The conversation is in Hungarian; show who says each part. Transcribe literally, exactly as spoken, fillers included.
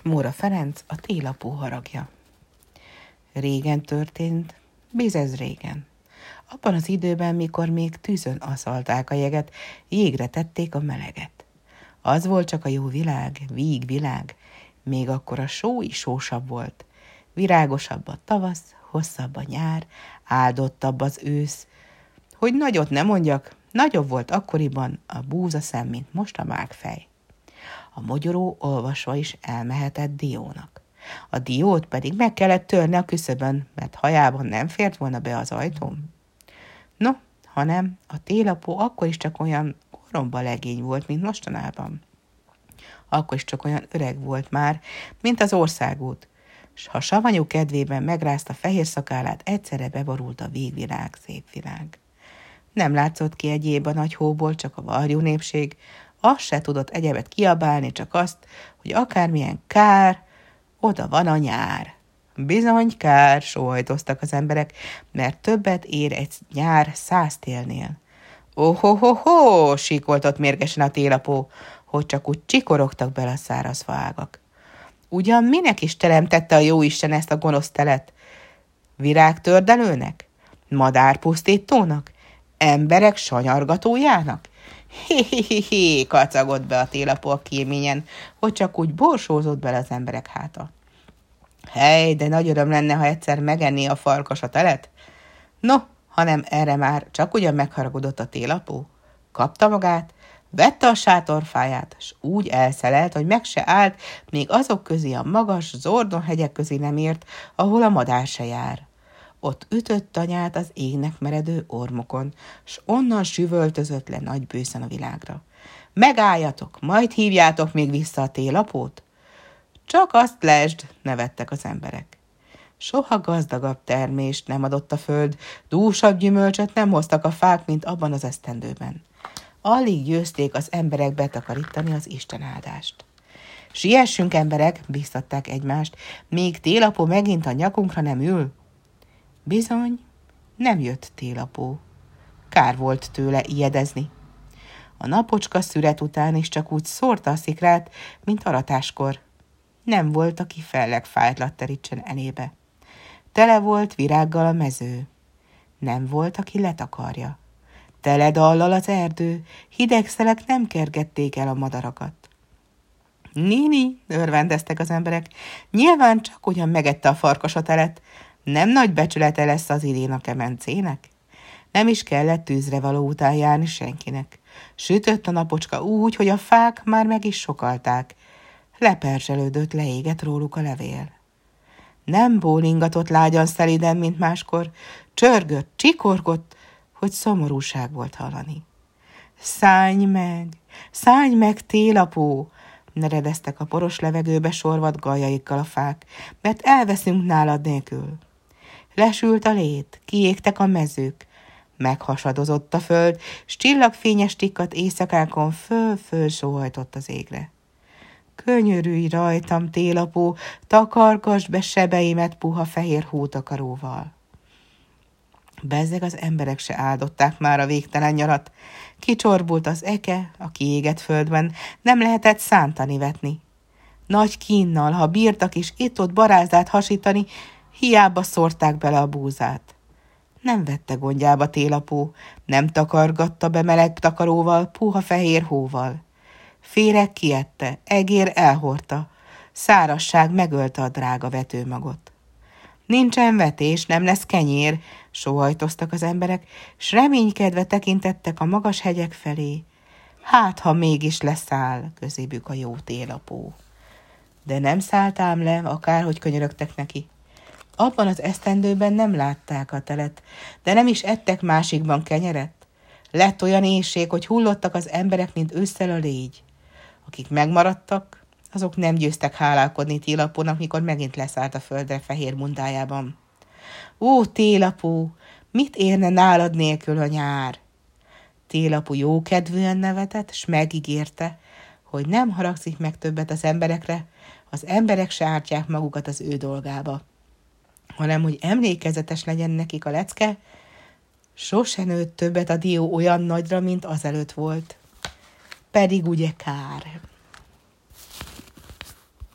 Speaker 1: Móra Ferenc, a télapó haragja. Régen történt, bizez régen. Abban az időben, mikor még tűzön aszalták a jeget, jégre tették a meleget. Az volt csak a jó világ, víg világ, még akkor a só is sósabb volt. Virágosabb a tavasz, hosszabb a nyár, áldottabb az ősz. Hogy nagyot ne mondjak, nagyobb volt akkoriban a búzaszem, mint most a mágfej. A mogyoró olvasva is elmehetett diónak. A diót pedig meg kellett törni a küszöbön, mert hajában nem fért volna be az ajtón. No, hanem a télapó akkor is csak olyan koromba legény volt, mint mostanában. Akkor is csak olyan öreg volt már, mint az országút, s ha savanyú kedvében megrázta fehér szakállát, egyszerre beborult a végvilág, szép világ. Nem látszott ki egyéb a nagy hóból, csak a varjú népség, az se tudott egyebet kiabálni, csak azt, hogy akármilyen kár, oda van a nyár. Bizony kár, sóhajtoztak az emberek, mert többet ér egy nyár száz télnél. Ohohoho, síkoltott mérgesen a télapó, hogy csak úgy csikorogtak bele a száraz faágak. Ugyan minek is teremtette a jóisten ezt a gonosz telet? Virágtördelőnek? Madárpusztítónak? Emberek sanyargatójának? Hé-hé-hé, kacagott be a télapó a kéményen, hogy csak úgy borsózott bele az emberek háta. Hely, de nagy öröm lenne, ha egyszer megenné a farkas a telet. No, hanem erre már csak ugyan megharagudott a télapó. Kapta magát, vette a sátorfáját, s úgy elszelelt, hogy meg se állt, még azok közé a magas, zordon hegyek közé nem ért, ahol a madár se jár. Ott ütött anyát az égnek meredő ormokon, s onnan süvöltözött le nagy bőszen a világra. Megálljatok, majd hívjátok még vissza a télapót? Csak azt lesd, nevettek az emberek. Soha gazdagabb termést nem adott a föld, dúsabb gyümölcsöt nem hoztak a fák, mint abban az esztendőben. Alig győzték az emberek betakarítani az Isten áldást. Siessünk, emberek, bíztatták egymást, még télapó megint a nyakunkra nem ül. Bizony, nem jött télapó. Kár volt tőle ijedezni. A napocska szüret után is csak úgy szórta a szikrát, mint aratáskor. Nem volt, aki felleg fájtlat terítsen elébe. Tele volt virággal a mező. Nem volt, aki letakarja. Tele dallal az erdő, hideg szelek nem kergették el a madarakat. Nini, örvendeztek az emberek, nyilván csak ugyan megette a farkas a telet. Nem nagy becsülete lesz az idén a kemencének? Nem is kellett tűzre való után járni senkinek. Sütött a napocska úgy, hogy a fák már meg is sokalták. Leperzselődött, leégett róluk a levél. Nem bólingatott lágyan szeliden, mint máskor, csörgött, csikorgott, hogy szomorúság volt hallani. Szállj meg, szállj meg, télapó! Neredeztek a poros levegőbe sorvadt gajaikkal a fák, mert elveszünk nálad nélkül. Lesült a lét, kiégtek a mezők, meghasadozott a föld, s csillagfényes tikkat éjszakánkon föl-föl sóhajtott az égre. Könyörülj rajtam, télapó, takargass be sebeimet puha fehér hótakaróval. Bezzeg az emberek se áldották már a végtelen nyarat. Kicsorbult az eke a kiégett földben, nem lehetett szántani vetni. Nagy kínnal, ha bírtak is itt-ott barázdát hasítani, hiába szórták bele a búzát. Nem vette gondjába télapó, nem takargatta be meleg takaróval, puha fehér hóval. Féreg kiette, egér elhordta, szárazság megölte a drága vetőmagot. Nincsen vetés, nem lesz kenyér, sóhajtoztak az emberek, s reménykedve tekintettek a magas hegyek felé. Hát, ha mégis leszáll közébük a jó télapó. De nem szállt ám le, akárhogy könyörögtek neki. Abban az esztendőben nem látták a telet, de nem is ettek másikban kenyeret. Lett olyan éhség, hogy hullottak az emberek, mint ősszel a légy. Akik megmaradtak, azok nem győztek hálálkodni télapónak, mikor megint leszállt a földre fehér mundájában. Ó, télapó, mit érne nálad nélkül a nyár? Télapó jókedvűen nevetett, s megígérte, hogy nem haragszik meg többet az emberekre, az emberek se ártják magukat az ő dolgába, hanem hogy emlékezetes legyen nekik a lecke, sose nőtt többet a dió olyan nagyra, mint azelőtt volt. Pedig ugye kár.